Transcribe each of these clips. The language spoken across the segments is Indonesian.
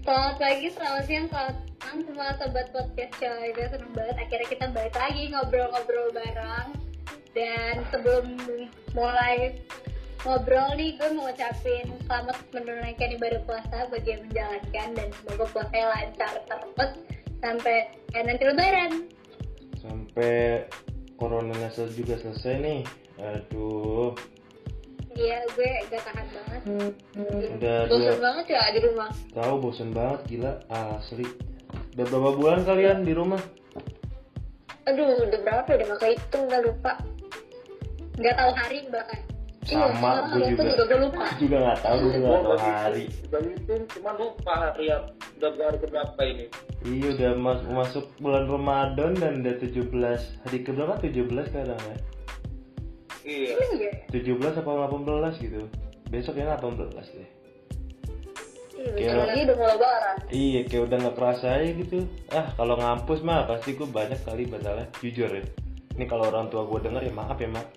Selamat pagi, selamat siang, selamat malam semua sobat podcast coy. Gue seneng banget akhirnya kita balik lagi ngobrol-ngobrol bareng. Dan sebelum mulai ngobrol nih, gue mau ucapin selamat menunaikan ibadah puasa bagi yang menjalankan. Dan semoga puasanya lancar terus sampai nanti lebaran. Sampai coronanya juga selesai nih. Aduh. Iya, gue gak tahan banget. Bosan banget ya di rumah. Tahu bosan banget, gila asli. Udah berapa bulan kalian di rumah? Aduh, udah berapa ya? Udah gak kehitung, gak lupa. Gak tahu hari bahkan. Sama, gue juga. Gue lupa. Juga nggak tahu, gue nggak tahu hari. Udah ngitung, cuma lupa hari yang udah hari keberapa ini. Iya, udah masuk bulan Ramadan dan udah 17. Hari keberapa? 17 sekarang ya? Iya. 17 apa 18 gitu. Besok ya 18 deh. Iya, lagi udah mau lebaran. Iya, kayak udah nggak kerasa aja gitu. Kalau ngampus mah pasti gue banyak kali batalnya. Jujur ya. Ini kalau orang tua gue denger ya maaf ya mak.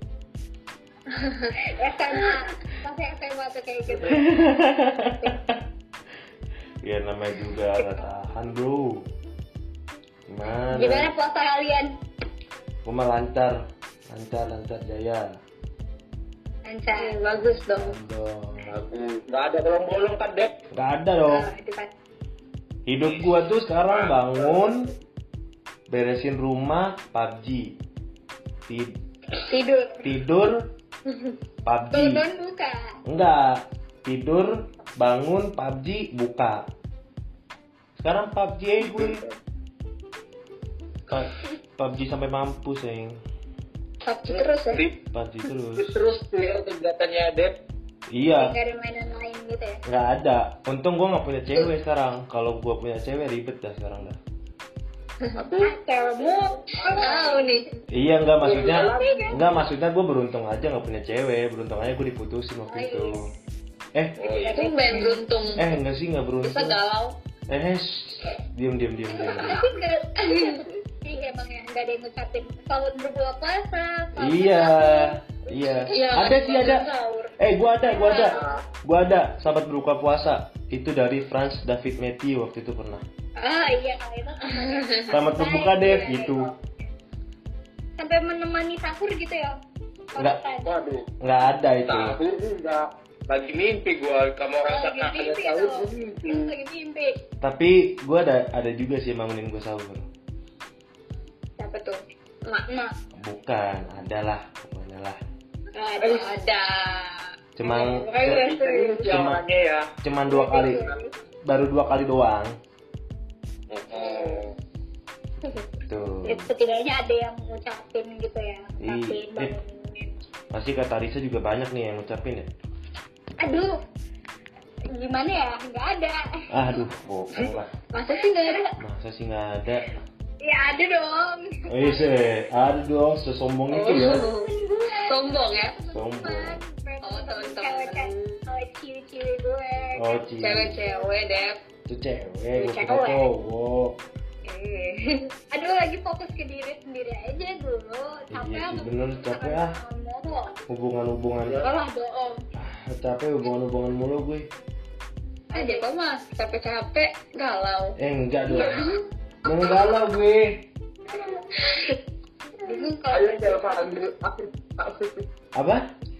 SMA, pasti SMA tuh kayak gitu. Ya namanya juga nggak tahan bro. Gimana puasa kalian? Gue mah lancar jaya. Lancar, bagus dong. Bagus. Nggak ada bolong-bolong kan Dep? Nggak ada dong. Hidup gue tuh sekarang bangun, beresin rumah, PUBG, tidur, PUBG. Bangun buka. Enggak, tidur, bangun, PUBG, buka. Sekarang PUBG aja gue. PUBG sampai mampus sayang. PUBG terus ya? PUBG Terus kegiatannya Dep? Iya. Gak ada mainan lain gitu ya? Nggak ada. Untung gue nggak punya cewek sekarang. Kalau gue punya cewek ribet dah sekarang dah. Kamu tahu nih. Iya nggak maksudnya gue beruntung aja nggak punya cewek. Beruntung aja gue diputusin waktu itu. Itu main beruntung. Enggak sih, nggak beruntung. Bisa galau. Diam. Iya emang ya, nggak ada yang ngucapin selamat berbuka puasa. Iya. Ada. Gue ada selamat berbuka puasa. Itu dari Franz David Matthew waktu itu pernah. Iya kalau itu. Selamat berbuka Dev gitu. Sampai menemani sahur gitu ya? Waduh. Nggak ada itu. Sahur enggak. Lagi mimpi gue. Kamu orang ada sahur gue mimpi. Tapi gue ada juga sih bangunin gue sahur. Siapa tuh? Mak. Bukan, adalah pokoknya lah. Ada. Cuman 2 kali. Baru 2 kali doang. Tuh. Setidaknya ada yang ngucapin gitu ya. Pasti kata Risa juga banyak nih yang ngucapin ya. Aduh. Gimana ya? Nggak ada. Aduh, bohong lah. Masa sih nggak ada? Ya ada dong. Ada dong, sesombong itu ya. Sombong ya? Sombong. Teman-teman. Ciri-ciri gue. Cewek-cewek deh. Itu cewek, gue kira cowok. Aduh, lagi fokus ke diri sendiri aja dulu. Iya, bener capek hubungan-hubungan. Kalau bohong. Capek hubungan mulu gue. Dia mah capek-capek galau. Enggak dong. Jangan galau gue. Ayo jangan Apa?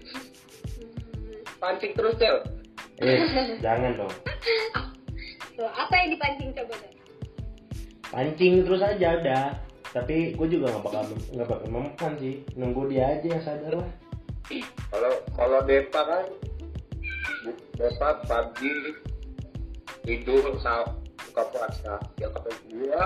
Pancing terus Cel. Jangan dong. Apa yang dipancing coba deh? Pancing terus aja udah. Tapi gue juga nggak bakal memakan sih. Nunggu dia aja yang sadar lah. Kalau Depa kan, Depa pagi tidur buka puasa. Ya kata gue,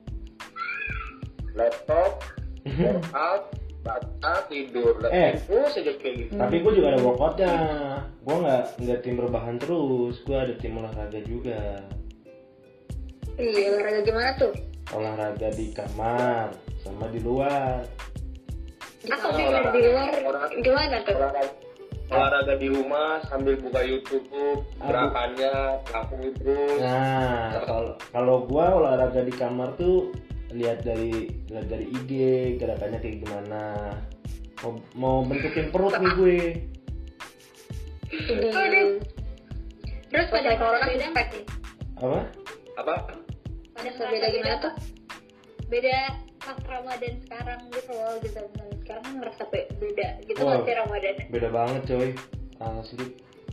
laptop, workout, baca, tidur. Terus aja kayak gitu. Tapi gue juga ada workoutnya. Gue nggak tim rebahan terus. Gue ada tim olahraga juga. Iya, olahraga gimana tuh? Olahraga di kamar sama di luar. Aku di luar gimana tuh? Olahraga di rumah sambil buka YouTube, gerakannya lakuin terus. Nah, kalau gue olahraga di kamar tuh lihat dari IG gerakannya kayak gimana. Mau bentukin perut nih gue. Terus pada orang kan Apa? Pada beda gimana tuh? Beda pas Ramadan sekarang gitu loh, gitu. Sekarang ngerasa beda gitu masih Ramadan. Beda banget coy, asli.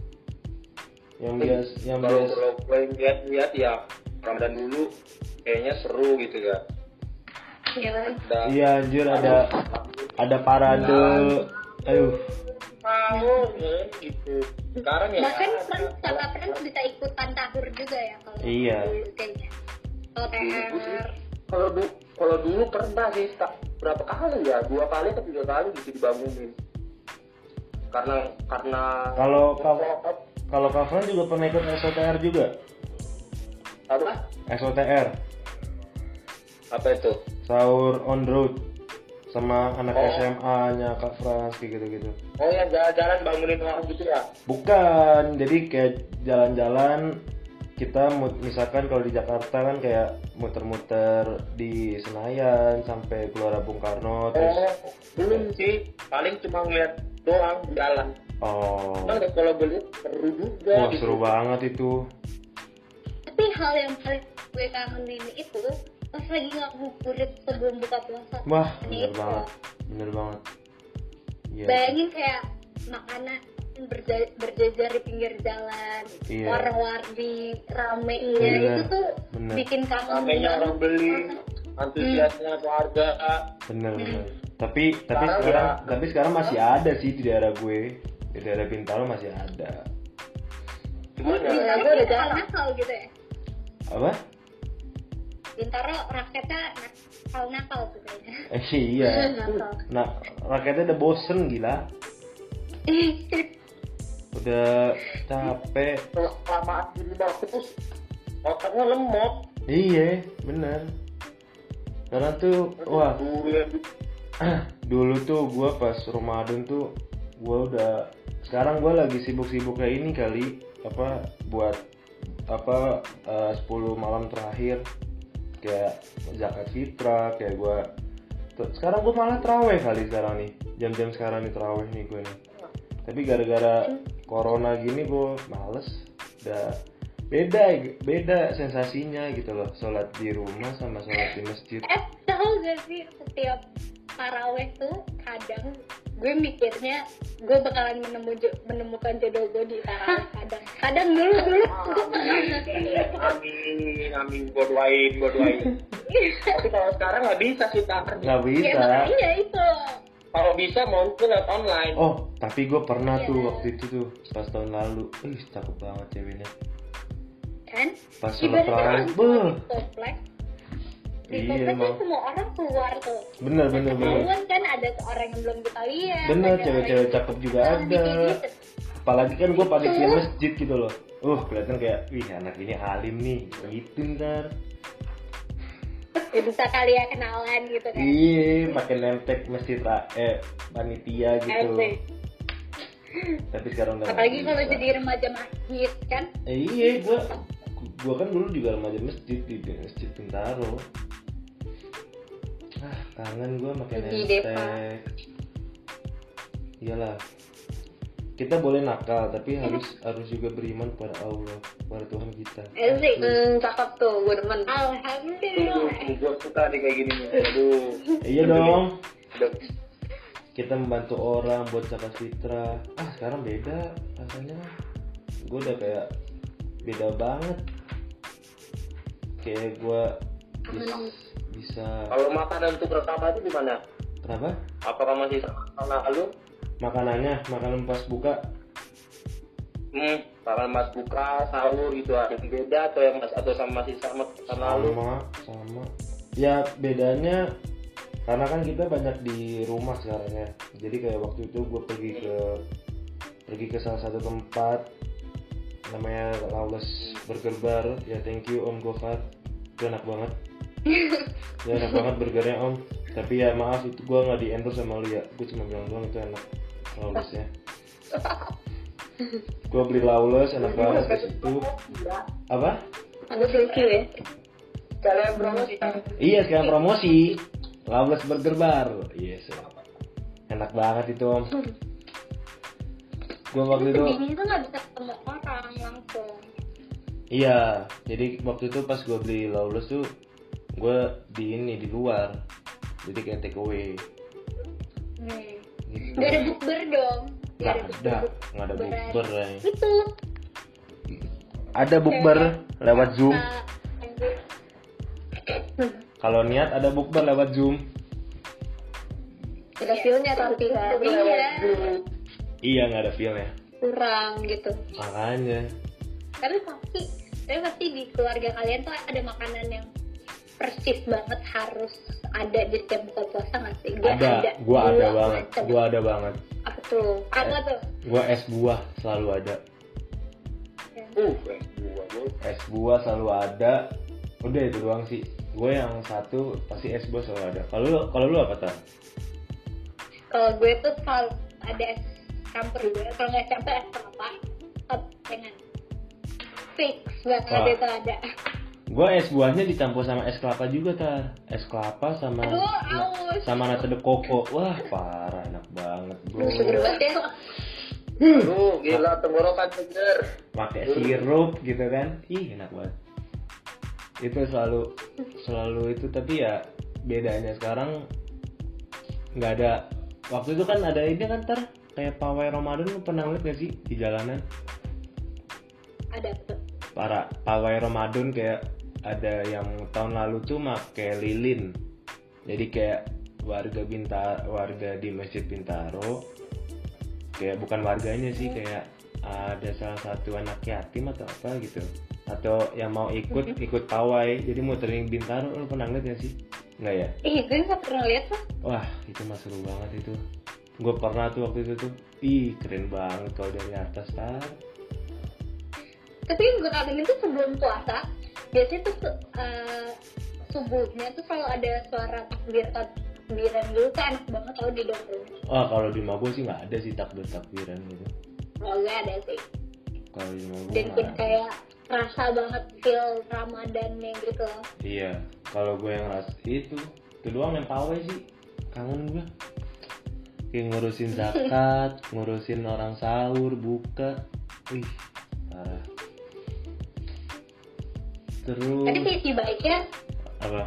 Yang Kalau gue lihat ya Ramadan dulu kayaknya seru gitu ya. Iya anjir, ada parade. Aduh. Mau gitu. Sekarang ya. Bahkan Friends bisa ikutan tahur juga ya kalau iya. dulu kayaknya. Kalau TR. Kalau dulu pernah sih berapa kali ya? 2 kali atau 3 kali gitu dibangunin. Karena kalau Kafran juga pernah ikut SOTR juga. Apa? SOTR. Apa itu? Sahur on road sama anak SMA-nya Kak Frans kayak gitu-gitu. Oh ya, jalan-jalan bangunin orang gitu ya? Bukan, jadi kayak jalan-jalan kita misalkan kalau di Jakarta kan kayak muter-muter di Senayan sampai Gelora Bung Karno terus. Belum sih, paling cuma ngeliat doang jalan. Nah, kalau beli seru juga. Wah, gitu. Seru banget itu. Tapi hal yang paling gue kangenin itu pas lagi ngabuburit sebelum buka puasa. Wah, bener banget. Yeah. Bayangin kayak makanan berjajar di pinggir jalan, warna-warni ramenya itu tuh bikin kangen. Ramenya orang beli, antusiasnya keluarga. Bener. Tapi sekarang masih ada sih di daerah gue, di daerah Bintaro masih ada. Cuma Bintaro udah nakal gitu ya? Apa? Bintaro rakyatnya nakal gitu ya. Iya. Nah, rakyatnya udah bosen gila. Udah capek. Lama di rumah terus otaknya lemot. Iya, bener. Karena tuh, wah. Dulu tuh gue pas Ramadan tuh gue udah. Sekarang gue lagi sibuk-sibuk kayak ini kali. Buat 10 malam terakhir kayak zakat fitrah kayak gue. Sekarang gue malah terawih kali sekarang nih. Jam-jam sekarang nih terawih nih gue nih. Tapi gara-gara corona gini gue males. Udah beda sensasinya gitu loh, sholat di rumah sama sholat di masjid. Tahu gak sih setiap taraweh tuh kadang gue mikirnya gue bakalan menemukan jodoh gue di taraweh. Kadang dulu amin gue doain. Tapi kalau sekarang nggak bisa sih nggak bisa iya itu. Kalau bisa mau tuh lewat online. Tapi gue pernah tuh waktu itu tuh pas tahun lalu. Cakep banget ceweknya. Kan? Pas sholat tarawih, di komplek kan semua orang keluar tuh. Bener. Kan ada orang yang belum kita lihat. Bener, cewek-cewek cakep juga ada. Apalagi kan gue panitia masjid gitu loh. Kelihatan kayak, wih anak ini alim nih, gitu ntar. Bisa kali ya kenalan gitu kan. Iya, makin nemtek masjid panitia gitu. Tapi sekarang udah. Apalagi kalau jadi remaja masjid kan? Iya, gue kan dulu juga remaja masjid di masjid Bintaro. Kangen gue makin nemtek. Iyalah. Kita boleh nakal, tapi harus juga beriman pada Allah, pada Tuhan kita. Cakep tuh, gue demen. Alhamdulillah. Gue suka nih kayak gini. Aduh. Iya dong. Kita membantu orang buat zakat fitrah. Sekarang beda rasanya. Gue udah kayak beda banget. Kayak gue bisa. Kalau makanan untuk pertama itu gimana? Kenapa? Apakah masih sama lu? Makanan pas buka. Makanan pas buka, sahur gitu ada yang beda atau masih sama lalu? Sama. Ya bedanya karena kan kita banyak di rumah sekarang ya. Jadi kayak waktu itu gue pergi ke salah satu tempat namanya Lawless Burger Bar. Ya thank you Om Gofar. Itu enak banget. Ya enak banget burgernya Om. Tapi ya maaf itu gue nggak di endorse sama lu ya. Gue cuma bilang doang itu enak. Lawless ya. Gue beli Lawless enak banget ke situ. Apa? Ada thank you ya. Kalian promosi. Iya sekarang promosi. Lawless Burger Bar. Yes. Enak banget itu Om. Gue waktu itu. Ini tuh nggak bisa ketemu orang langsung. Iya, jadi waktu itu pas gue beli Lawless tuh gue di luar, jadi kayak take away. Gitu. Gak ada bukber dong. Nggak ada bukber ya. Itu Ada bukber lewat Zoom. Kalau niat ada bukber lewat Zoom. Ada feelnya tapi kan. Iya, nggak ada feel-nya. Kurang gitu. Makanya. Tapi pasti di keluarga kalian tuh ada makanan yang persis banget harus ada di setiap buka puasa nggak sih? Gua ada banget. Apa tuh? Gua es buah selalu ada. Es buah selalu ada. Udah itu doang sih. Gue yang satu pasti es buah selalu ada. Kalau lu apa Tan? Kalau gue tuh selalu ada es campur juga. Kalau nggak campur es kelapa, dengan fix banget itu ada. Gue es buahnya dicampur sama es kelapa juga Tar. Es kelapa sama nata de coco. Wah parah, enak banget bro. Seger banget ya. Aduh, gila tenggorokan seger. Pakai sirup gitu kan. Ih, enak banget. Itu selalu itu, tapi ya bedanya sekarang nggak ada. Waktu itu kan ada ini kan Tar, kayak pawai Ramadan, lu pernah lihat gak sih di jalanan? Ada tuh. Para pawai Ramadan kayak ada yang tahun lalu tuh pakai lilin. Jadi kayak warga di Masjid Bintaro, kayak bukan warganya sih, kayak ada salah satu anak yatim atau apa gitu, atau yang mau ikut pawai, jadi muterin Bintaro. Lu pernah lihat gak sih? Nggak ya? Gue nggak pernah lihat tuh. Wah itu mah seru banget itu. Gue pernah tuh waktu itu tuh. Ih keren banget kalau dari atas Tar. Tapi yang gue kangenin tuh sebelum puasa, biasanya tuh subuhnya tuh selalu ada suara takbiran dulu, tuh enak banget tau di dongeng. Kalau di rumah gue sih nggak ada sih takbiran gitu. Kalau gue ada sih. Kalau di rumah gue dan kayak rasa banget feel Ramadannya gitu loh. Iya, kalau gue yang rasa itu doang yang pawai sih. Kangen gue. Kayak ngurusin zakat, ngurusin orang sahur, buka. Wih, parah. Terus tapi sisi baiknya apa?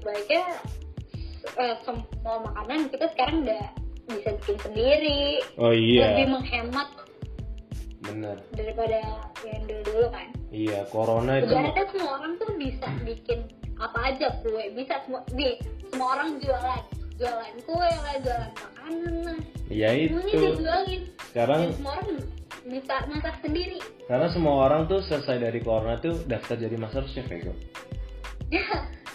Semua makanan kita sekarang udah bisa bikin sendiri. Oh iya. Lebih menghemat. Bener. Daripada yang dulu kan. Iya, corona itu. Sebenarnya semua orang tuh bisa bikin apa aja, kue bisa, semua orang jualan kue lah, jualan makanan lah. Iya itu. Semuanya dijualin. Sekarang dan semua orang bisa masak sendiri. Karena semua orang tuh selesai dari corona tuh daftar jadi master chef ya kok. Ya.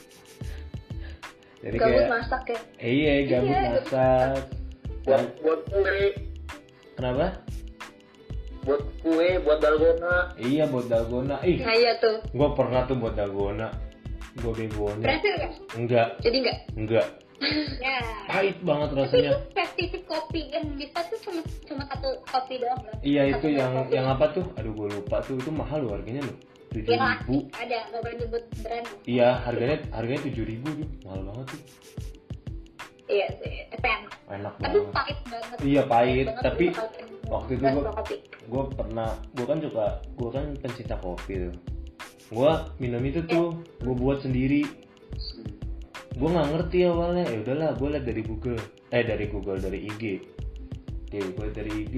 Jadi gabut kayak masak ya. Iya, gabut masak. Buat kue. Kenapa? Buat kue, buat dalgona. Iya, buat dalgona. Nah iya tuh. Gua pernah tuh buat dalgona. Gua begonya. Berhasil gak? Enggak. Jadi enggak? Ya. Pahit banget Tapi rasanya. itu spesifik kopi yang bisa tuh cuma satu kopi doang loh. Iya, Satu itu kopi. yang apa tuh? Aduh, gua lupa tuh. Itu mahal loh harganya loh. 7.000. Ada, gak boleh nyebut brand. Iya, harganya 7.000 tuh. Mahal banget tuh. Iya sih, tapi enak. Enak Tapi banget. pahit banget. Iya, pahit. Banget, Tapi pahit. waktu itu gue kan pencinta kopi tuh. Gue minum itu tuh, gue buat sendiri. Gue nggak ngerti awalnya. Ya udahlah, gue liat dari dari IG. Gue dari IG.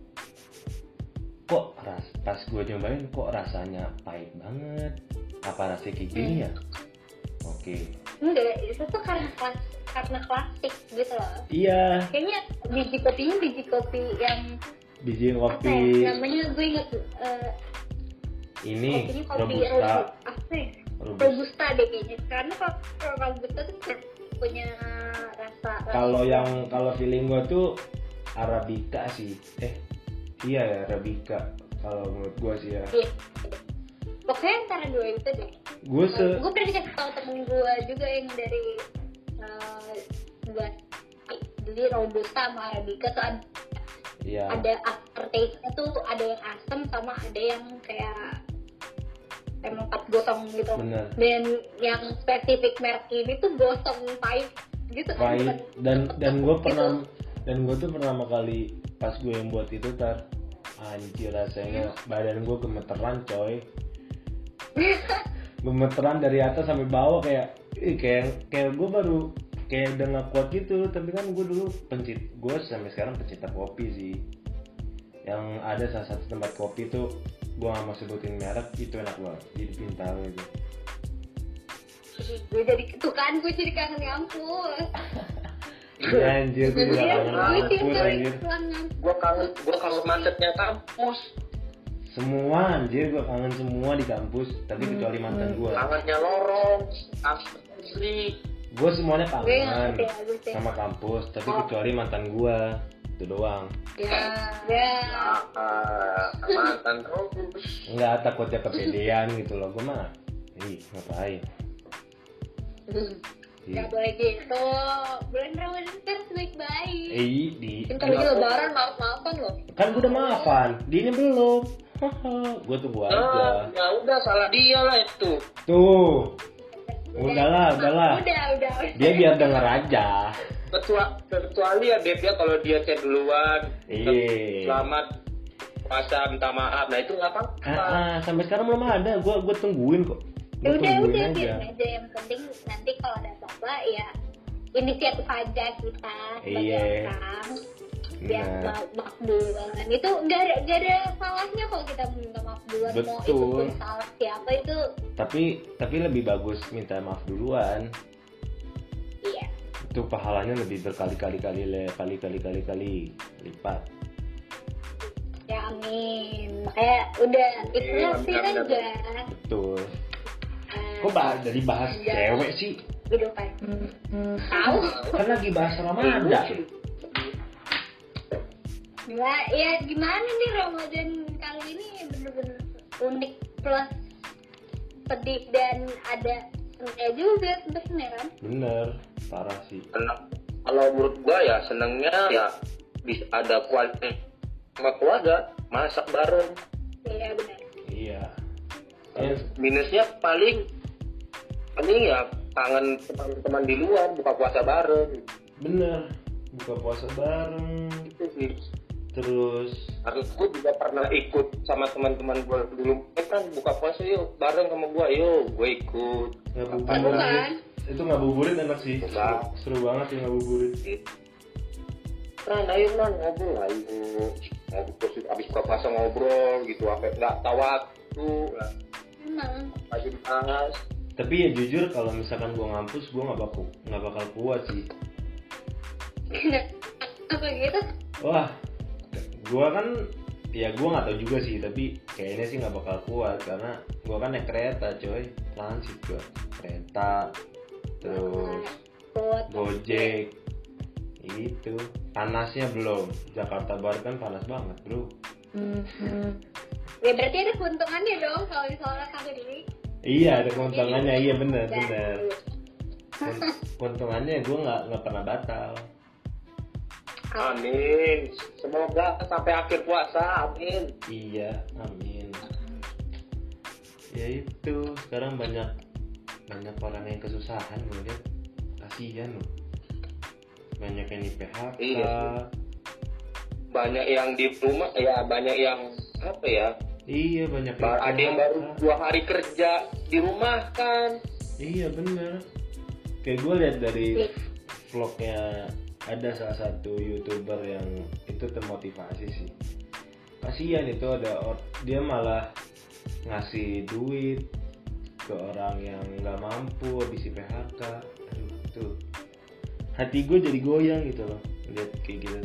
Kok pas gue nyobain kok rasanya pahit banget. Apa rasanya kayak gini ya? Oke. Enggak, itu tuh karena klasik gitu loh. Iya. Kayaknya biji kopi yang Biji apa kopi. ya, namanya gue inget Ini kopi robusta. apa ya? Robusta deh kayaknya. Karena kalau robusta tuh punya rasa. Kalau feeling gue tuh Arabica sih. Iya ya, Arabica. Kalau menurut gue sih ya. Iya. Pokoknya antara dua itu deh. Gue pernah dikasih tahu temen gue juga yang dari buat jadi robusta sama Arabica tuh ada aftertaste-nya tuh, ada yang asam sama ada yang kayak emang pas gosong gitu. Bener. Dan yang spesifik merek ini tuh gosong pahit gitu kan. pahit. Dan gue pernah tuh pertama kali pas gue yang buat itu anjir rasanya badan gue gemeteran coy. Gemeteran dari atas sampai bawah kayak gue baru kayak udah nggak kuat gitu. Tapi kan gue dulu gue sampai sekarang pencinta kopi sih. Yang ada salah satu tempat kopi tuh gue nggak mau sebutin merek, itu enak banget, jadi Bintaro itu. Gue jadi kangen kampus. Iya anjir, gue juga kangen kampus anjir. Gue kangen macetnya kampus. Semua anjir, gue kangen semua di kampus, tapi kecuali mantan gue. Kangennya lorong, asli. Gue semuanya kangen sama kampus, tapi kecuali mantan gue, itu doang. Mantan terus. Enggak, takutnya kepedean gitu loh, gue mah. Ngapain? Gak boleh gitu. Bulan Ramadan kan baik-baik. Kan lagi lebaran maaf-maafan loh. Kan gue udah maafan, dia belum. Gue tunggu aja. Ya udah, salah dia lah itu. Tuh. Udahlah. Udah. Dia biar denger aja. Kecuali ya Beb ya, kalau dia chat duluan. Iya. Selamat puasa, minta maaf. Nah itu nggak apa-apa. Sampai sekarang belum ada. Gue tungguin kok. Udah biarin aja. Yang penting nanti kalau ada apa-apa ya inisiatif aja kita sebagai orang. Biar maaf duluan. Itu nggak ada salahnya kalau kita minta maaf duluan. Betul. Mau itu salah siapa itu. Tapi lebih bagus minta maaf duluan. Iya. Itu pahalanya lebih berkali-kali lipat. Ya amin. Makanya udah ikhlasin aja. Betul. Kok dari bahas cewek sih? Gitu kan. Tahu. Kan lagi bahas Ramadan. Ya gimana nih Ramadan kali ini bener-bener unik plus pedih dan ada senengnya juga sebenarnya kan? Bener, parah sih. Kalau menurut gua ya senengnya ya bisa ada kualitas sama keluarga, masak bareng. Iya benar. Iya. Minusnya paling ya kangen teman-teman di luar, buka puasa bareng. Bener, buka puasa bareng. Itu sih. Terus Harus gue juga pernah ikut sama teman-teman gue dulu. Kan buka puasa yuk bareng sama gue, yuk gue ikut. Ngabuburit. Itu ngabuburit enak sih. Seru banget sih ngabuburit. Kan ayo ngobrol, ayo terus abis buka puasa ngobrol gitu, sampai nggak tahu waktu lah. Lagi dibahas. Tapi ya jujur kalau misalkan gue ngampus, gue nggak bakal kuat sih. Apa gitu? Wah, gue kan ya gue nggak tahu juga sih, tapi kayaknya sih nggak bakal kuat karena gue kan naik kereta coy, transit gue, kereta, terus Gojek, itu panasnya belum. Jakarta Barat kan panas banget bro. Ya berarti ada keuntungannya dong kalau misalnya kamu ini. Iya ada keuntungannya, iya benar. Keuntungannya gue nggak pernah batal. Amin. Semoga sampai akhir puasa. Amin. Iya, amin. Ya itu, sekarang banyak orang yang kesusahan gue lihat. Kasihan loh. Banyak yang di PHK. Iya. Banyak yang di rumah, ya banyak yang apa ya? Iya, banyak yang ada yang baru 2 hari kerja di rumah kan. Iya bener. Kayak gue lihat dari vlognya, ada salah satu YouTuber yang itu termotivasi sih. Kasihan itu dia malah ngasih duit ke orang yang nggak mampu habis PHK. Aduh tuh, hati gue jadi goyang gitu loh lihat kayak gitu.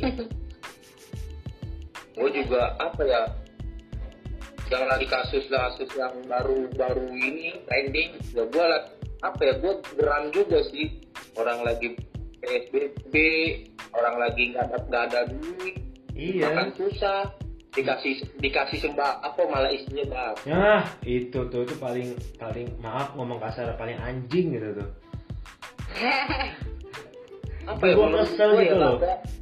Gue juga apa ya, yang lagi kasus yang baru ini trending, ya gue gue geram juga sih. Orang lagi PSBB, orang lagi nggak ada duit, makan susah, dikasih sembako malah isinya bang. Nah itu paling maaf ngomong kasar, paling anjing gitu tuh. Apa ya, gue kesel gitu loh.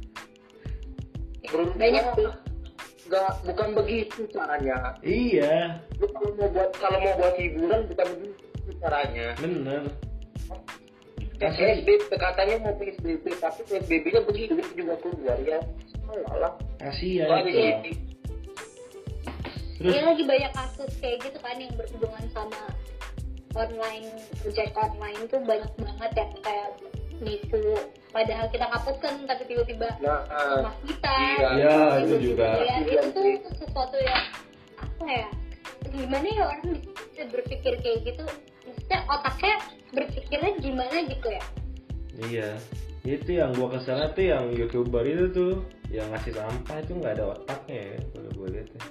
Banyak sih. Bukan begitu caranya. Iya. Lu kalau mau buat hiburan bukan begitu caranya. Bener. PSBB katanya mau PSBB, tapi PSBB-nya begitu juga keluar ya. Malah. Kasihan. Terus ini lagi banyak kasus kayak gitu kan yang berhubungan sama online, ojek online tuh banyak banget yang kayak nipu, padahal kita nggak pesen tapi tiba-tiba rumah kita. Iya, itu juga. Ya, itu tuh sesuatu yang apa ya, gimana ya orang bisa berpikir kayak gitu, maksudnya otaknya berpikirnya gimana gitu ya. Iya, itu yang gua keselnya tuh yang YouTuber itu tuh yang ngasih sampah itu nggak ada otaknya ya kalau gua lihat ya.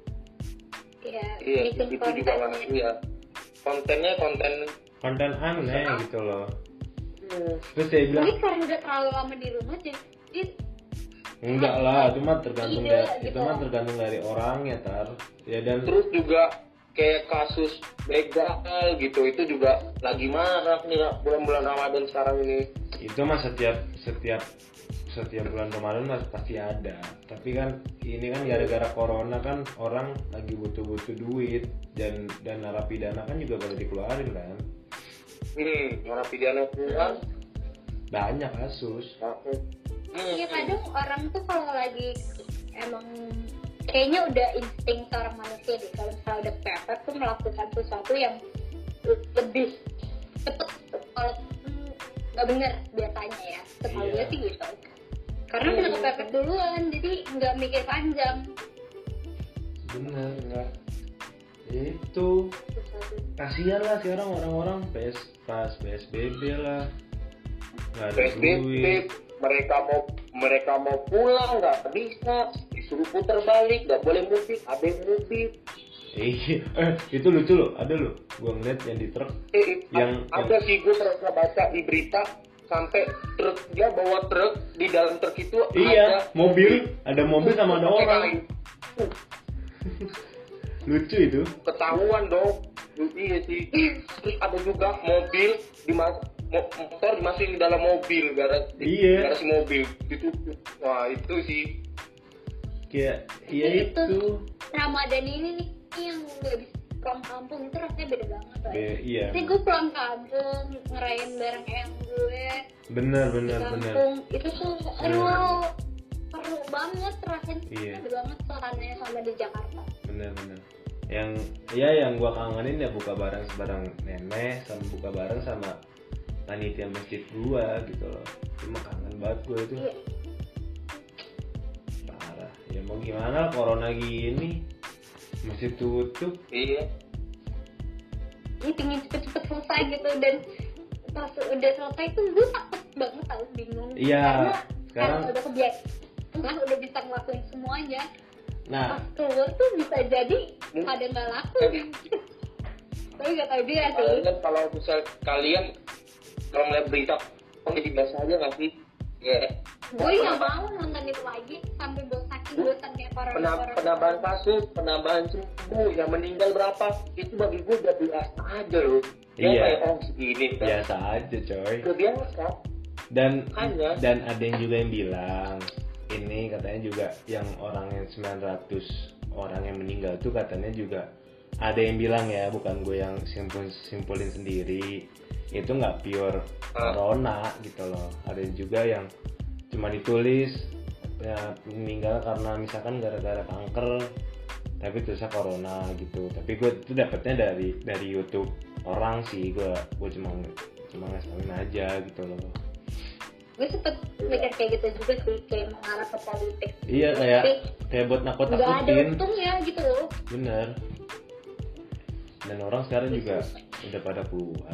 Iya, itu juga masih ya. Kontennya konten aneh gitu loh. Terus dia bilang, mungkin karena udah terlalu lama di rumah jadi enggak lah, itu mah tergantung ide, dari gitu. itu mah tergantung dari orangnya tar. Ya dan terus juga kayak kasus begal gitu, itu juga lagi marak nih bulan-bulan Ramadan sekarang ini. itu mah setiap bulan Ramadan mas pasti ada. Tapi kan ini kan gara-gara corona kan orang lagi butuh duit dan narapidana kan juga pada dikeluarin kan. Narapidana keluar Banyak kasus. iya kadang orang tuh kalau lagi emang kayaknya udah insting seorang manusia deh, kalau misalnya udah pepet tuh melakukan sesuatu yang lebih cepet, kalau nggak bener biasanya ya, setahu Iya. gue sih gitu, karena udah kepepet duluan jadi nggak mikir panjang. Bener. Itu kasihan lah sekarang orang-orang pas PSBB lah, nggak ada PSBB, duit. mereka mau pulang nggak bisa, disuruh putar balik, nggak boleh mudik, ada yang mudik. Itu lucu loh, ada loh gua ngeliat yang di truk Ada sih, gue pernah baca di berita sampai truk, dia bawa truk, di dalam truk itu iya ada mobil sama ada pakai orang. kain. Lucu itu. Ketahuan dong. Iya sih. Terus ada juga mobil motor dimasukin di dalam mobil, Iya. garasi mobil ditutup. Wah itu sih. Kayak iya itu. Ramadan ini nih yang nggak bisa pulang kampung itu rasanya beda banget lah. Iya. Jadi gue pulang kampung ngerayain bareng eyang gue Bener. di kampung itu tuh aduh seru banget rasanya. Iya. Beda banget suasananya sama di Jakarta. Bener. Yang gua kangenin ya buka bareng nenek sama buka bareng sama panitia masjid gua gitu loh. Cuma kangen banget gua itu. Iya. Parah. Ya mau gimana, corona gini masih tutup. Iya. Ini pingin cepet-cepet selesai gitu, dan pas udah selesai tuh gue takut banget, tau, bingung. Iya, sekarang- karena udah kebiasaan, udah bisa ngelakuin semuanya. Nah, Pas keluar tuh bisa jadi pada nggak laku. Tapi nggak tahu dia sih. Kalian kalau misal kalian kalau melihat berita, jadi biasa aja nggak sih? Ya. Gue nggak mau nonton itu lagi sampai bosan kayak orang-orang. Penambahan kasus, penambahan sembuh, yang meninggal berapa? Itu bagi gue udah biasa aja loh. Ya, Iya. kayak segini kan. biasa aja coy. Udah biasa. Dan Hanya. ada yang juga yang bilang ini katanya juga yang orang yang 900 orang yang meninggal tuh katanya juga ada yang bilang ya, bukan gue yang simpulin sendiri, itu nggak pure corona gitu loh. Ada juga yang cuma ditulis ya meninggal karena misalkan gara-gara kanker tapi terusnya corona gitu. Tapi gue itu dapetnya dari YouTube orang sih, gue cuma ngasih aja gitu loh. Gue sempet mikir kayak gitu juga sih, kayak mengarah ke politik. Iya, kayak buat nggak ada nakut-nakutin. untungnya gitu loh. Bener. Dan orang sekarang juga udah pada keluar.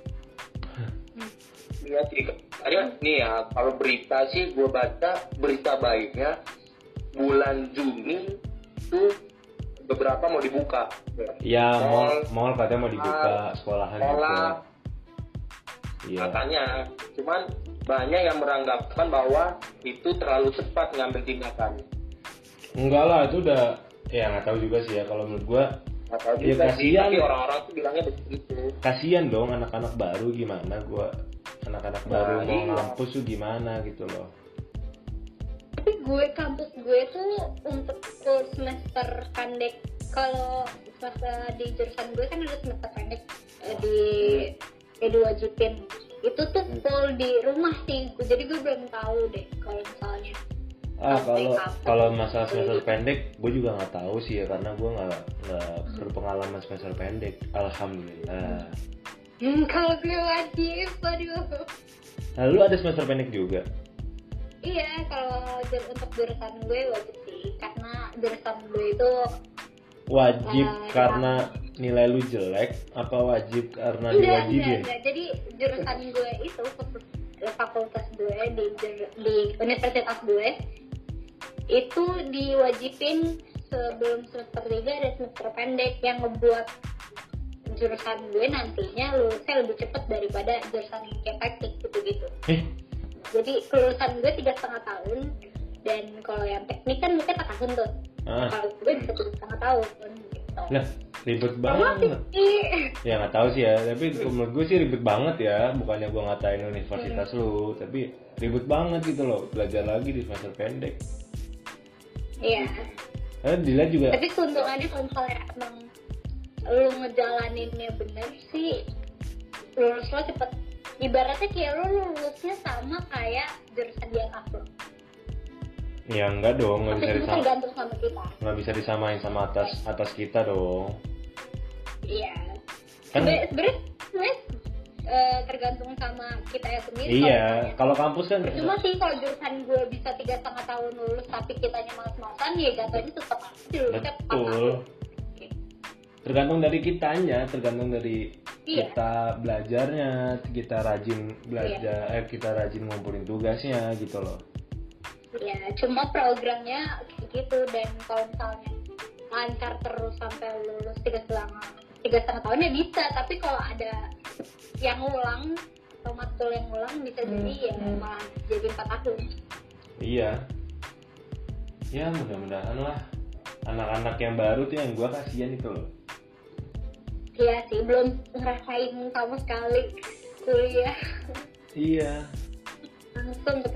Iya sih. Ada nih ya, kalau berita sih gue baca berita baiknya bulan Juni tuh beberapa mau dibuka. Iya, mall katanya mau dibuka, sekolahan juga. Sekolah Iya. katanya. Cuman banyak yang beranggapan bahwa itu terlalu cepat ngambil tindakan. Enggak lah, itu udah ya nggak tahu juga sih ya, kalau menurut gua Atau ya juga sih, kasihan. tapi orang-orang tuh bilangnya begitu. Kasihan dong anak-anak baru, gimana gua anak-anak baru mau iya. ngampus tuh gimana gitu loh. Tapi kampus gue tuh untuk semester pendek, kalau semester di jurusan gue kan ada semester pendek diwajibin itu tuh full di rumah sih. Jadi gue belum tahu deh kalau misalnya Kalau masalah semester pendek, gue juga nggak tahu sih ya, karena gue nggak berpengalaman semester pendek, alhamdulillah. Kalau gue wajib, aduh. Lalu ada semester pendek juga? Iya, kalau untuk jurusan gue wajib sih, karena jurusan gue itu wajib karena nilai lu jelek, apa wajib karena diwajibin? Enggak. Jadi jurusan gue itu, fakultas gue di universitas gue itu diwajibin sebelum semester 3 ada semester pendek yang ngebuat jurusan gue nantinya lulusnya lebih cepat daripada jurusan yang kayak teknik gitu-gitu. Jadi kelulusan gue 3,5 tahun, dan kalau yang teknik kan mungkin 4 tahun tuh. Kalau gue bisa 3,5 tahun gitu. Lah, ribet banget. Ya nggak tahu sih ya, tapi menurut gue sih ribet banget ya. Bukannya gue ngatain universitas lu, tapi ribet banget gitu loh, belajar lagi di semester pendek. Iya. Dilihat juga. Tapi keuntungannya kalau misalnya emang lu ngejalaninnya bener sih, lulus lo cepet. Ibaratnya kayak lu lulusnya sama kayak jurusan di atas lo. Ya enggak dong, nggak bisa disamain. Tergantung sama kita. Nggak bisa disamain sama atas kita dong. Iya. Kan Sebenarnya tergantung sama kita ya sendiri. Iya, kalau kampus kan. Cuma sih kalau jurusan gue bisa 3,5 tahun lulus tapi kitanya malas-malasan, ya jatuhnya tetap aja lulusnya 4 tahun. Betul. Tergantung dari kitanya, tergantung dari kita belajarnya, kita rajin belajar, kita rajin ngumpulin tugasnya gitu loh. Ya, cuma programnya kayak gitu, dan kalau misalnya lancar terus sampai lulus 3,5 tahun ya bisa, tapi kalau ada yang ngulang atau matkul yang ngulang bisa jadi ya malah jadi 4 tahun. Iya. Ya mudah-mudahan lah anak-anak yang baru tuh yang gua kasihan itu loh. Iya sih, belum ngerasain sama sekali kuliah. Iya. Langsung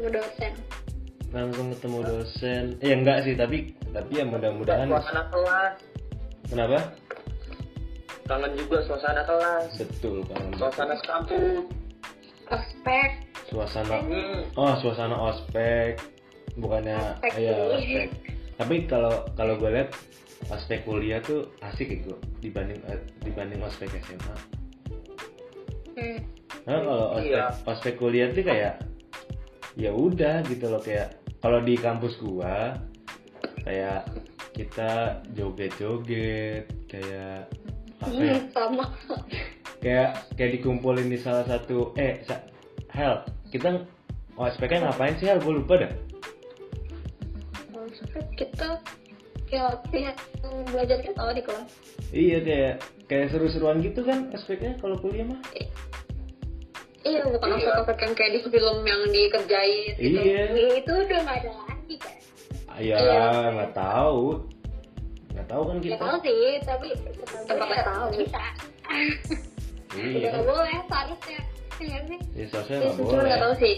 ketemu dosen. Ya enggak sih, tapi ya mudah-mudahan. Suasana kelas. Kenapa? Kangen juga suasana kelas. Betul, kangen. Suasana kampus. Ospek. Suasana ospek. Bukannya ospek. Tapi kalau gue lihat ospek kuliah tuh asik gitu dibanding ospek SMA. Nah, kalau ospek kuliah tuh kayak ya udah gitu loh, kayak kalau di kampus gua kayak kita joget-joget kayak apa ya? Sama. kayak dikumpulin di salah satu kita ospeknya ngapain sih Hel? Gua lupa dah. Ospek kita kayak belajar kita di kelas. Iya, kayak seru-seruan gitu kan ospeknya kalau kuliah mah. Iya, bukan ospek yang kayak di film yang dikerjain gitu. Iya. Itu udah nggak ada lagi kan? Iya, nggak tahu kan kita. Nggak tahu sih, tapi nggak tahu bisa. Iya. Nggak boleh seharusnya. Iya sih. Ya seharusnya nggak boleh. Cuma nggak tahu sih.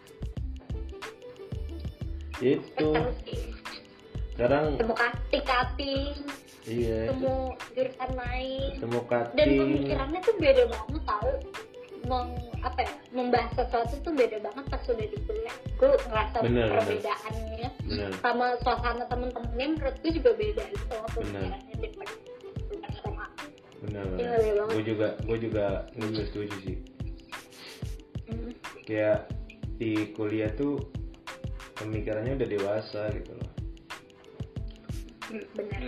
Itu. Sekarang. Temu cutting. Iya. Temu jurusan lain. Temu cutting. Dan pemikirannya tuh beda banget tahu. Membahas sesuatu tuh beda banget pas sudah di kuliah. Gue ngerasa perbedaannya sama suasana temen-temennya menurut gue juga beda gitu. Pemikirannya daripada SMA. Benar. Gue juga setuju sih. Kayak di kuliah tuh pemikirannya udah dewasa gitu loh. Benar.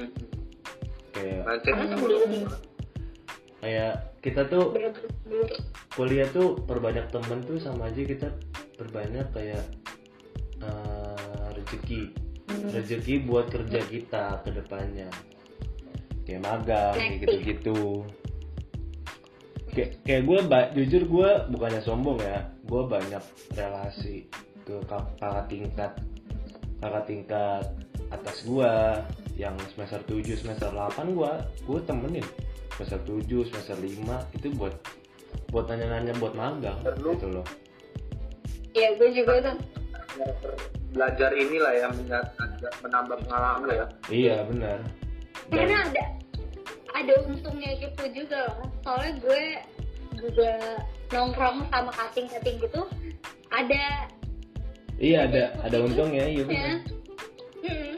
Kayak kita tuh kuliah tuh perbanyak temen tuh sama aja kita perbanyak kayak rezeki buat kerja kita ke depannya, kayak magang kayak gitu-gitu. Kayak gue jujur gue bukannya sombong ya, gue banyak relasi ke kakak tingkat atas gue yang semester 7, semester 8 gue temenin semester 7, semester 5 itu buat nanya-nanya buat magang gitu loh. Iya, gue juga tuh belajar inilah ya, menambah pengalaman ya. Iya benar. Karena ada untungnya gitu juga loh. Soalnya gue juga nongkrong sama cutting gitu ada. Iya ada untungnya, iya benar.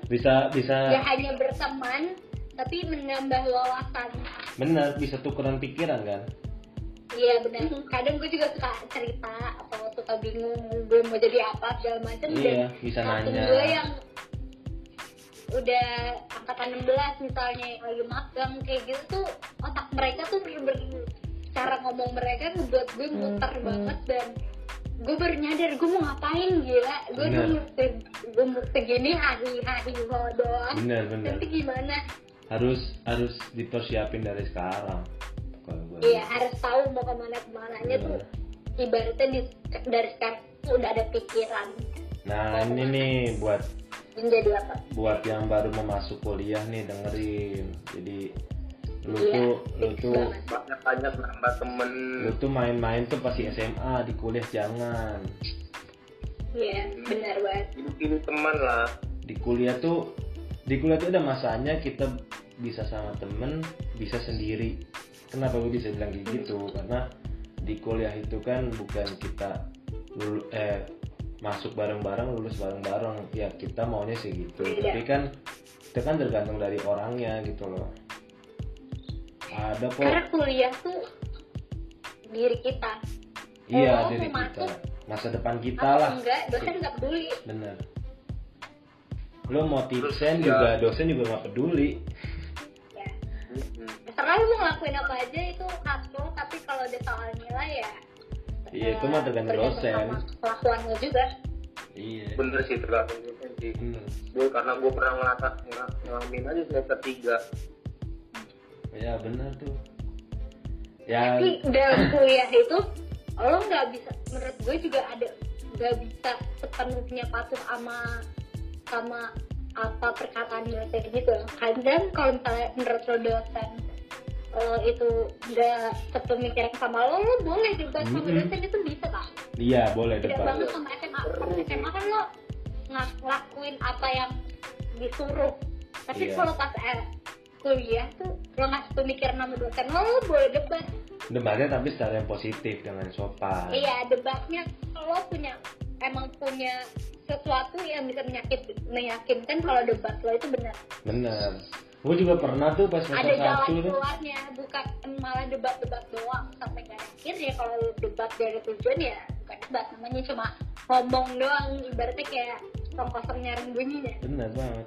Bisa Gak hanya berteman, tapi menambah wawasan. bener, bisa tukeran pikiran kan. Iya benar. Kadang gue juga suka cerita atau suka bingung gue mau jadi apa segala macam. Iya, Dan bisa temen nanya. gue yang udah angkatan 16 misalnya yang lagi magang kayak gitu tuh, otak mereka tuh bener-bener cara ngomong mereka ngebuat gue muter banget. Dan gue baru nyadar gue mau ngapain, gila. Gue tuh mesti gini hahi doang. Bener. Nanti gimana? Harus dipersiapin dari sekarang. Kalau gua Iya, harus tahu mau kemananya tuh. Ibaratnya dari sekarang tuh udah ada pikiran. Nah, ini nih buat Menjadi apa? yang baru mau masuk kuliah nih, dengerin. Jadi lu Iya, tuh banyak nambah temen. lu tuh main-main tuh pasti SMA, di kuliah jangan. Iya, benar banget. Pilih teman lah. Di kuliah tuh ada masanya kita bisa sama temen, bisa sendiri. Kenapa gue bisa bilang kayak gitu? Karena di kuliah itu kan bukan kita masuk bareng-bareng, lulus bareng-bareng. Ya kita maunya sih gitu. Iya. Tapi kan itu kan tergantung dari orangnya gitu loh. Ada kok. Karena kuliah tuh diri kita. Iya, Mau diri masuk, kita. Masa depan kita atau lah. enggak, dosen nggak peduli. Bener. Lo mau tipsen Terus, juga, ya. dosen juga nggak peduli. Ya. Terserah lu mau ngelakuin apa aja itu hak lo, tapi kalau udah soal nilai ya. Iya, itu mah tergantung dosen. sama kelakuan lo juga. Iya. Bener sih, tergantung dosen sih. Bener. Karena gue pernah ngalamin aja semester 3. Ya benar tuh. Ya. Tapi dalam kuliah itu lo nggak bisa, menurut gue juga ada, nggak bisa sepenuhnya patuh sama apa perkataan dosen gitu. Kadang kalau misalnya menurut lo dosen itu nggak sepemikiran sama lo boleh debat sama dosen, itu bisa kan? Iya boleh Tidak debat. banget sama SMA. SMA kan lo ngelakuin apa yang disuruh. Tapi Iya. kalau pas kuliah tuh lo ngasih pemikiran sama dosen, lo boleh debat. Debatnya tapi secara yang positif dengan sopan. Iya, debatnya lo emang punya sesuatu yang bisa meyakinkan kalau debat lo itu benar. Bener. Gue juga pernah tuh pas Ada semester jalan 1 tuh. keluarnya, bukan malah debat doang sampai nggak akhir ya. Kalau debat dari tujuan ya bukan debat, namanya cuma ngomong doang, ibaratnya kayak kosong nyaring bunyinya. Bener banget.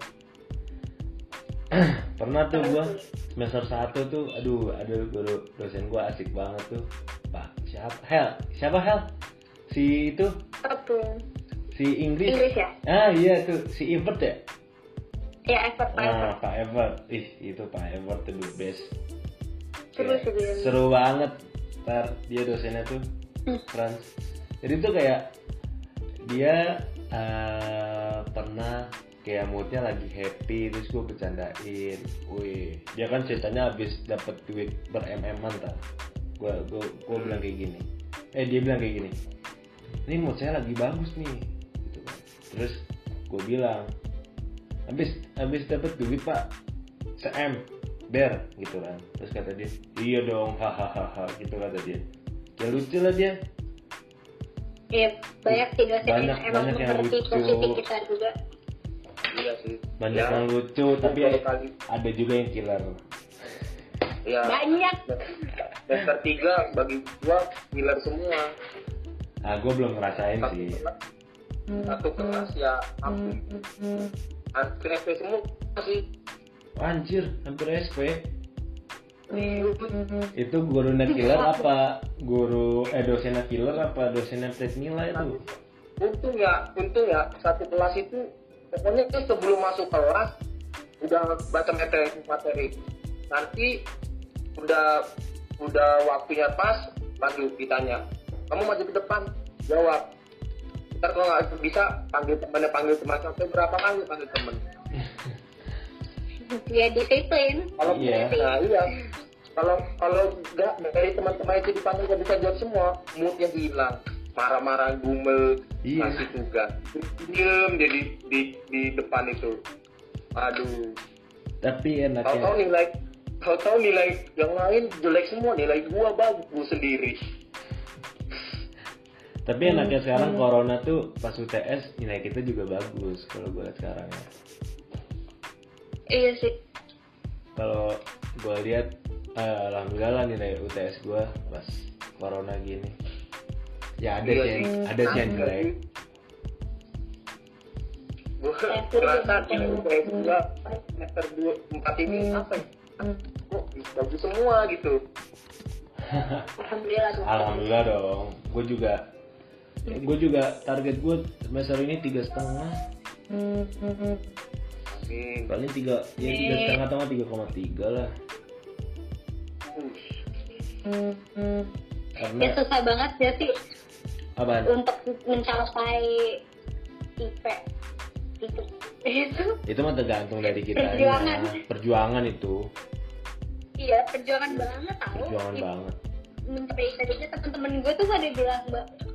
Pernah tuh gue semester 1 tuh, ada guru dosen gue asik banget tuh. Pak, siapa Hel? Si itu, Apa? si Inggris ya? iya tuh, si Evert ya? Ya, effort. Pak Evert. Itu Pak Evert tuh the best. Seru Kayak sih. seru banget. Ntar dia dosennya tuh Frans. Jadi tuh kayak dia pernah kayak moodnya lagi happy, terus gue bercandain. Wih, dia kan ceritanya habis dapet duit ber-MM-an kan. Gue bilang kayak gini. Dia bilang kayak gini. Ini mood saya lagi bagus nih. Gitu kan. Terus gue bilang, habis dapet duit Pak, se-M ber gitu kan. Terus kata dia, iya dong, hahaha gitu kata dia. Ya lucu lah dia. Iya, banyak sih dosen yang emang banyak yang mengerti lucu. posisi kita juga. Iya sih. Banyak yang lucu, tapi ada juga yang killer. Iya. Banyak. Semester 3 bagi gua killer semua. Ah, gue belum ngerasain sih. Satu kelas ya hampir SP semua sih. Anjir, hampir SP. Itu gurunya killer apa dosennya killer apa dosennya tes nilai itu? Untung ya satu kelas itu pokoknya itu sebelum masuk kelas udah baca materi. Nanti udah waktunya pas panggil ditanya, kamu maju ke depan jawab. Ntar kalau nggak bisa panggil teman sampai berapa kali panggil teman. Ya disiplin. Kalau Iya. iya. Kalau nggak dari teman-teman itu dipanggil nggak bisa jawab semua, moodnya hilang, marah-marah, gumel, Iya. kasih tugas, diem jadi di depan itu. Aduh. Tapi Tahu nilai yang lain jelek semua, nilai gua bagus sendiri. Tapi enaknya sekarang corona tuh pas UTS nilai kita juga bagus kalau gue lihat sekarang ya. Iya sih. Kalau gue lihat alhamdulillah lah nilai UTS gue pas corona gini. Ya ada Iya sih sih. ada sih yang jelek. Gue merasa di UTS gue semester 4 ini apa ya? Kok bagus semua gitu. Alhamdulillah. Alhamdulillah dong. Gue juga target gue semester ini 3,5. Amin. Paling 3,5 atau 3,3 lah. Karena Ya susah banget ya sih apaan? untuk mencapai IP itu Itu mah tergantung dari kita. Perjuangan itu. iya perjuangan banget tau. Perjuangan banget. Mencapai IP aja temen-temen gue tuh pada bilang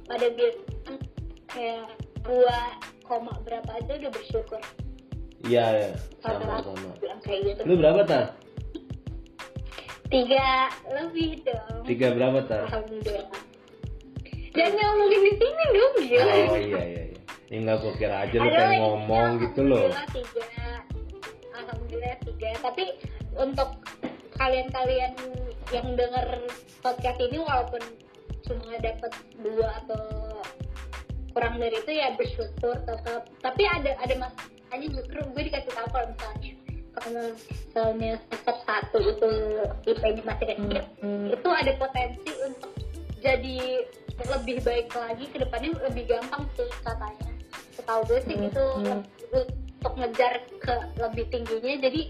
kayak 2, berapa aja udah bersyukur. Iya, Rata-rata sama. bilang kayak gitu. Lu berapa, Tar? 3 lebih dong. 3 berapa, Tar? Alhamdulillah. Jangan ngomongin di sini dong, gila. Oh iya. Ini enggak gua kira aja lu pengen ngomong gitu loh. Alhamdulillah 3. Tapi untuk kalian-kalian yang denger podcast ini walaupun cuma dapat 2 atau kurang dari itu ya bersyukur tetap. Tapi ada masanya justru gue dikasih tahu kalau misalnya semester 1 itu IP-nya masih kecil, itu ada potensi untuk jadi lebih baik lagi ke depannya, lebih gampang sih katanya. Setahu gue sih itu untuk ngejar ke lebih tingginya. Jadi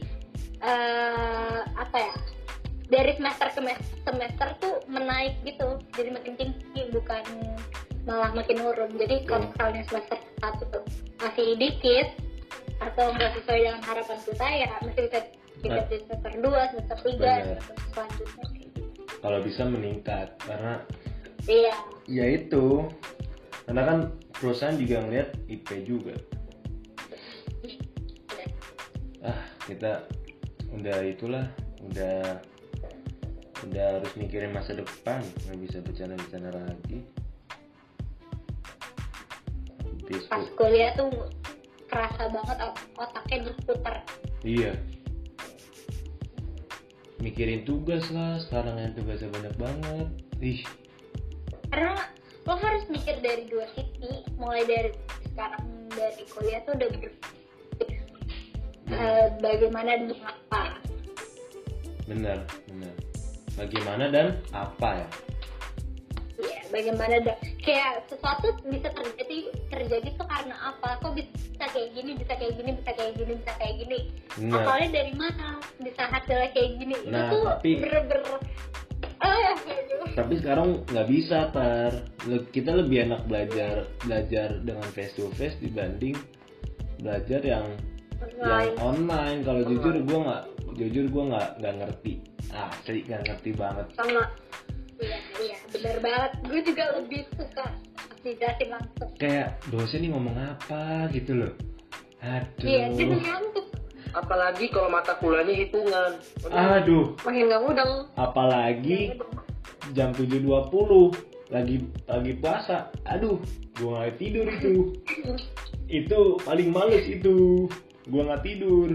dari semester ke semester tuh menaik gitu, jadi makin tinggi bukan malah makin turun. Jadi kalau misalnya semester 1 tuh masih dikit atau nggak sesuai dengan harapan kita ya masih bisa kita di semester 2, semester 3 gitu selanjutnya. Kalau bisa meningkat karena Iya. ya itu karena kan perusahaan juga ngeliat IP juga. Kita udah harus mikirin masa depan, nggak bisa bercanda-bercanda lagi. Pas kuliah tuh kerasa banget otaknya berputar. Iya. Mikirin tugas lah, sekarang yang tugasnya banyak banget. Karena lo harus mikir dari 2 sisi, mulai dari sekarang dari kuliah tuh udah bagaimana dan apa. Benar. Bagaimana dan apa ya? Iya, bagaimana dan kayak sesuatu bisa terjadi tuh karena apa? Kok bisa kayak gini, bisa kayak gini. Nah. Asalnya dari mana bisa hasilnya kayak gini? Nah, itu tuh tapi tapi sekarang nggak bisa, Tar. Kita lebih enak belajar dengan face to face dibanding belajar yang online. Kalau jujur gue nggak ngerti. Asli nggak ngerti banget. Sama. Iya, benar banget. Gue juga lebih suka dijelasin langsung. Kayak dosen nih ngomong apa gitu loh. Aduh. Iya, jadi ngantuk. Apalagi kalau mata kuliahnya hitungan. Aduh. Makin nggak mudeng. Apalagi jam 7.20 lagi puasa. Aduh, gue nggak tidur itu. Itu paling males itu. Gue nggak tidur.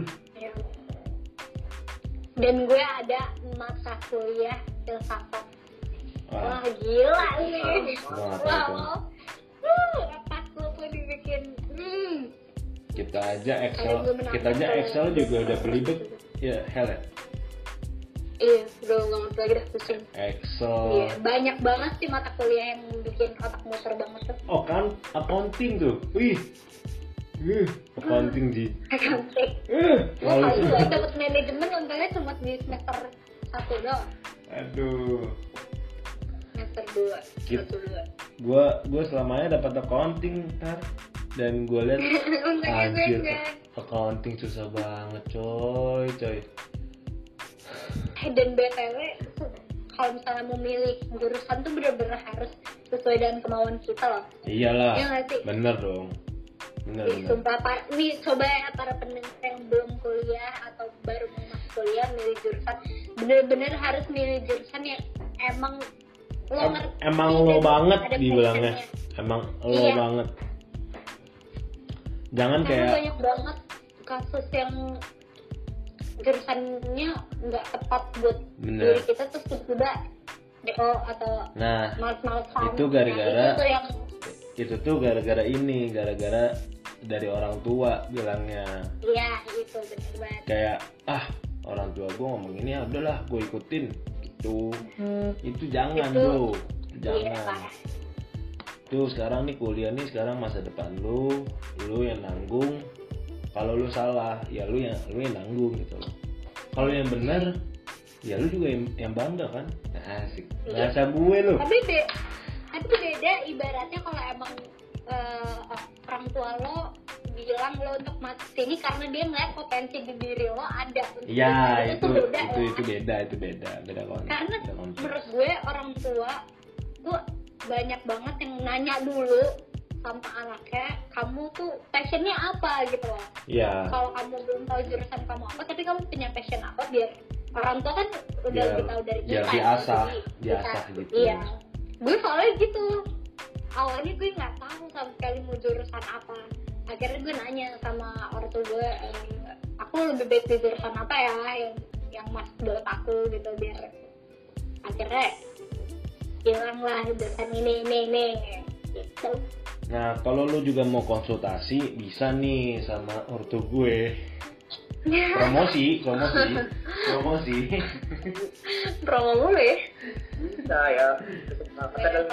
Dan gue ada mata kuliah filsafat. Wah gila nih. Wow. Otak gue dibikin. Kita aja Excel juga udah belibet ya, hell ya. Iya, udah nggak ngerti lagi dah, pusing. Excel. Iya, banyak banget sih mata kuliah yang bikin otak muter banget tuh. Oh kan, accounting tuh. Accounting sih. Accounting. Kalau gue dapet manajemen untungnya cuma di semester 1 doang. Aduh. Semester 2. Gue selamanya dapat accounting, Tar. Dan gue lihat anjir, accounting susah banget, coy. Dan BTW kalau misalnya mau milih jurusan tuh bener-bener harus sesuai dengan kemauan kita loh. Iyalah. Iya nggak sih? Bener dong. Bener. Sumpah nih, coba ya para pendengar yang belum kuliah atau baru mau masuk kuliah milih jurusan, bener-bener harus milih jurusan yang emang lo ngerti. Emang lo banget dibilangnya. Emang lo banget. Jangan Karena kayak banyak banget kasus yang jurusannya nggak tepat buat Bener. diri kita, terus tiba-tiba DO atau Nah, males-malesan. itu gara-gara Nah, itu tuh yang itu tuh gara-gara ini, gara-gara dari orang tua bilangnya iya itu bener banget. kayak orang tua gue ngomong ini ya udahlah gue ikutin gitu. Itu jangan Itu- bro, Iya, jangan. Pak. Tuh sekarang nih kuliah nih, sekarang masa depan lu yang nanggung. Kalau lu salah ya lu yang nanggung gitu loh. Kalau yang benar ya lu juga yang bangga kan. Nah, asik bahasa gue lu. Tapi beda ibaratnya kalau emang orang tua lo bilang lo untuk masuk sini karena dia ngeliat potensi di diri lo ada. Iya, itu beda ya. beda konsep. Karena beda konsep. menurut gue orang tua tuh banyak banget yang nanya dulu sama anaknya, kamu tuh passionnya apa gitu loh. Iya. Kalau kamu belum tahu jurusan kamu apa, tapi kamu punya passion apa, biar orang tua kan udah Biar- lebih tahu dari biar kita. diasah Bisa. gitu. Iya. Gue soalnya gitu. Awalnya gue nggak tahu sama sekali mau jurusan apa. Akhirnya gue nanya sama orang tua gue, aku lebih baik di jurusan apa ya yang masuk buat aku gitu, biar akhirnya bilang lah jurusan ini gitu. Nah, kalau lu juga mau konsultasi bisa nih sama ortu gue. Promosi. Promo mulu ya. Bisa ya. Kita dalam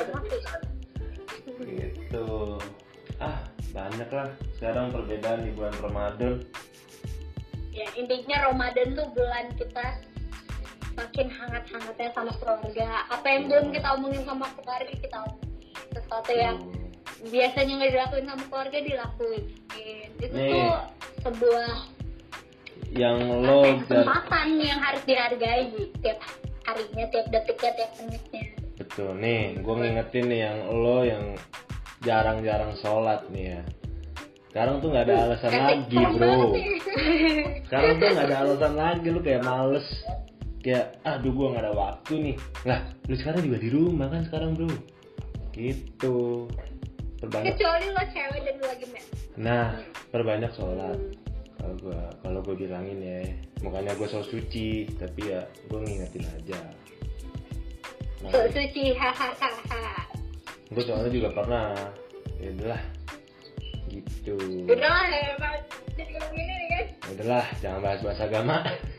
Gitu. Banyak lah sekarang perbedaan di bulan Ramadan. Ya intinya Ramadan tuh bulan kita makin hangat-hangatnya sama keluarga. Apa yang belum kita omongin sama keluarga kita omongin. Sesuatu yang biasanya nggak dilakuin sama keluarga dilakuin. Itu Nih. tuh sebuah Yang lo kesempatan yang harus dihargai tiap harinya, tiap detiknya, tiap menitnya. betul nih, gue ngingetin nih yang jarang-jarang sholat nih ya. Sekarang tuh nggak ada alasan lagi Serem bro. banget nih. Sekarang tuh nggak ada alasan lagi, lu kayak males, kayak aduh gue nggak ada waktu nih. Lah, lu sekarang juga di rumah kan sekarang bro. Gitu. Perbanyak. Kecuali lo cewek dan lo lagi men. Nah, perbanyak sholat. Kalau gue bilangin ya, makanya gue so suci, tapi ya gue ngingetin aja. Nah, So suci hahaha. gue soalnya juga pernah, ya udahlah, gitu. Udah lah ya Pak. Jadi kalau gini nih guys. Udahlah, jangan bahas agama.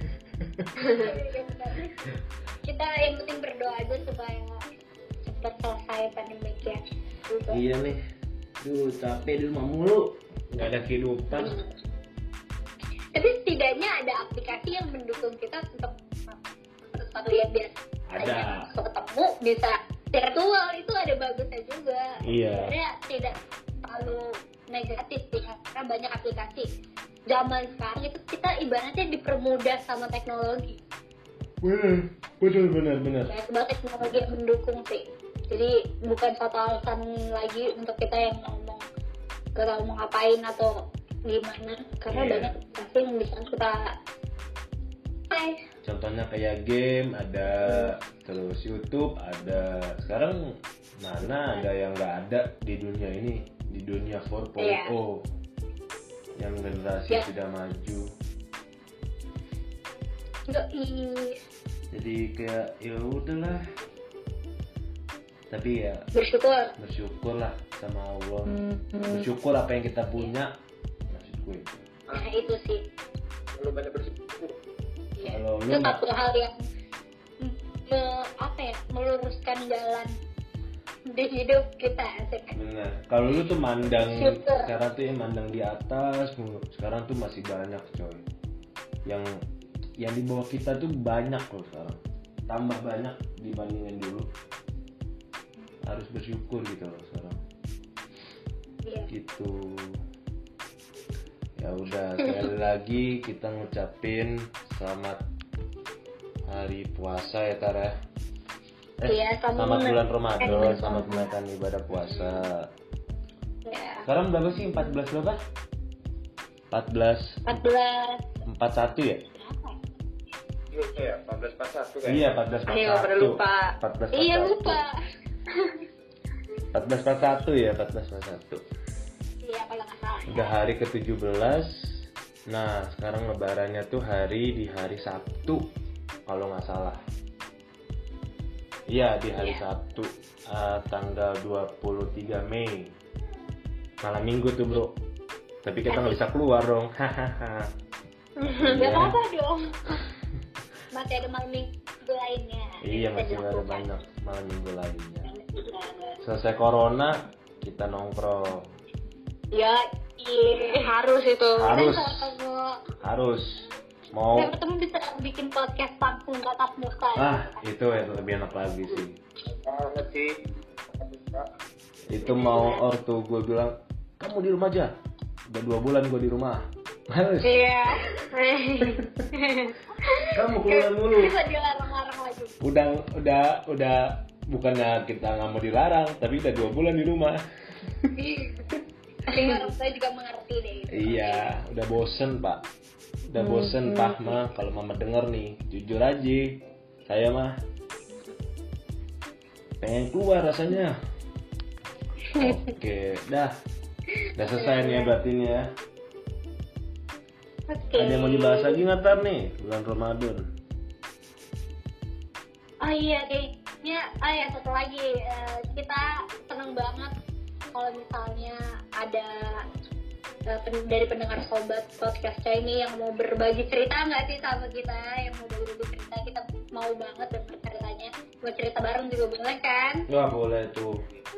Kita yang penting berdoa aja supaya cepat selesai pandemiknya. Iya nih, capek di rumah mulu, nggak ada kehidupan. Tapi setidaknya ada aplikasi yang mendukung kita untuk sesuatu yang biasa. Ada. Ketemu bisa virtual, itu ada bagusnya juga. Iya. Sebenarnya tidak terlalu negatif sih, karena banyak aplikasi. Zaman sekarang itu kita ibaratnya dipermudah sama teknologi. Bener. Ya, sebuah teknologi yang mendukung sih. Jadi bukan satu alasan lagi untuk kita yang ngomong gak tahu mau ngapain atau gimana, karena Iya. banyak aplikasi yang bisa kita Contohnya kayak game ada, terus YouTube ada. Sekarang mana ada yang nggak ada di dunia ini, di dunia 4.0 Iya. yang generasi Iya. sudah maju. Jadi kayak ya udahlah. Tapi ya bersyukurlah sama Allah. Bersyukur apa yang kita punya, maksud gue itu. Nah itu sih Lu banyak bersyukur. ya. Kalau lu Itu satu hal yang meluruskan jalan di hidup kita asik. Bener. Kalau lu tuh mandang Syukur. sekarang tuh mandang di atas mulu. Sekarang tuh masih banyak coy. Yang di bawah kita tuh banyak loh sekarang. Tambah banyak dibandingin dulu. Harus bersyukur gitu loh sekarang. Iya. Gitu. Ya udah, sekali lagi kita ngucapin selamat hari puasa ya Tara. Iya, Selamat bulan Ramadan, bulan selamat Ramadan. menunaikan ibadah puasa. Ya. Sekarang berapa sih? 14 berapa? 14 14 41 ya? berapa? Iya, 1441 kan. Iya, 14 41. Ayo, pada lupa. 14 Iya lupa. 14 41 ya, 14 41. Iya kalau nggak salah. Udah hari ke-17 Nah, sekarang lebarannya tuh di hari Sabtu kalau nggak salah. Iya, di hari Sabtu, tanggal 23 Mei. Malam minggu tuh, Bro. Tapi kita nggak bisa keluar dong. Hahaha. Gak apa-apa dong. Masih ada malam minggu lainnya. Iya, masih ada banyak malam minggu lainnya. Selesai corona, kita nongkrong. Ya, harus itu. Harus. Dan kalau Harus. Mau yang ketemu bisa bikin podcast langsung tatap muka. Itu ya lebih enak lagi sih. Banget sih. Itu mau ortu gue bilang, kamu di rumah aja. Udah 2 bulan gue di rumah. Harus. Iya. Kamu keluar mulu. Bisa dilarang-larang lagi. Udah bukannya kita nggak mau dilarang, tapi udah 2 bulan di rumah. Tapi orang saya juga mengerti deh. Iya, udah bosen Pak. Udah bosen Pak mah kalau mama denger nih, jujur aja, saya mah pengen keluar rasanya. Oke, udah selesai nih ya berarti nih ya. Oke. Ada yang mau dibahas lagi nggak Tar nih bulan Ramadan? Oh iya, kayaknya satu lagi, kita seneng banget kalau misalnya ada dari pendengar sobat podcast ini yang mau berbagi cerita nggak sih sama kita, yang mau berbagi cerita, kita mau banget denger ceritanya. Mau cerita bareng juga boleh kan? Nggak boleh tuh.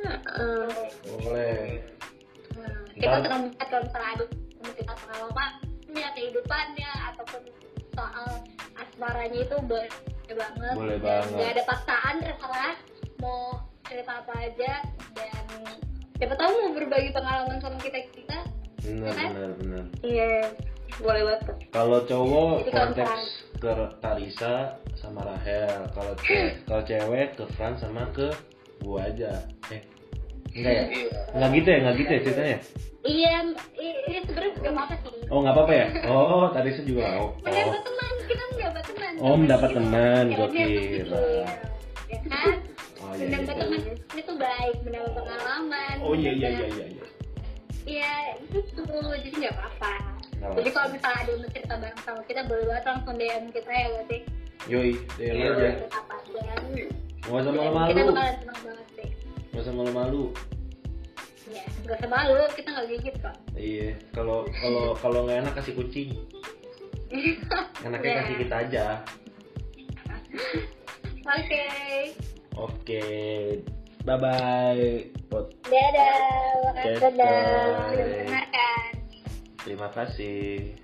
Boleh. Kita senang banget kalau misalnya ada cerita pengalamannya, kehidupannya, ataupun soal asmaranya itu boleh banget. Boleh Dan banget. nggak ada paksaan, terserah mau cerita apa aja, dan siapa tahu mau berbagi pengalaman sama kita. Benar. Iya, boleh banget. Kalau cowok Jadi kalau konteks ke Tarisa sama Rahel, kalau cewek ke Fran sama ke gua aja. Enggak ya? Enggak gitu ya ceritanya? Iya, sebenarnya nggak apa-apa sih. Oh, nggak apa-apa ya? Oh, Tarisa juga. Mendapat teman, kita mendapat teman. Oh, mendapat teman, Ya, gua dia kira. berpikir, ya kan? Oh, iya. Mendapat teman itu baik, mendapat pengalaman. Oh, iya. Iya, itu jadi nggak apa-apa. Nggak Jadi apa-apa. kalau misalnya ada yang mau cerita bareng sama kita, boleh banget langsung DM kita ya gak sih? Yoi, DM aja. Cerita apa aja. Nggak usah Kita malu-malu. bakalan senang banget sih. Nggak usah malu-malu. Ya, nggak usah malu, kita nggak gigit kok. Iya, kalau nggak enak kasih kucing. Enaknya Ya. kasih kita aja. Oke. Bye bye. Dadah. Yes, Dadah. guys. Udah mendengarkan. Terima kasih.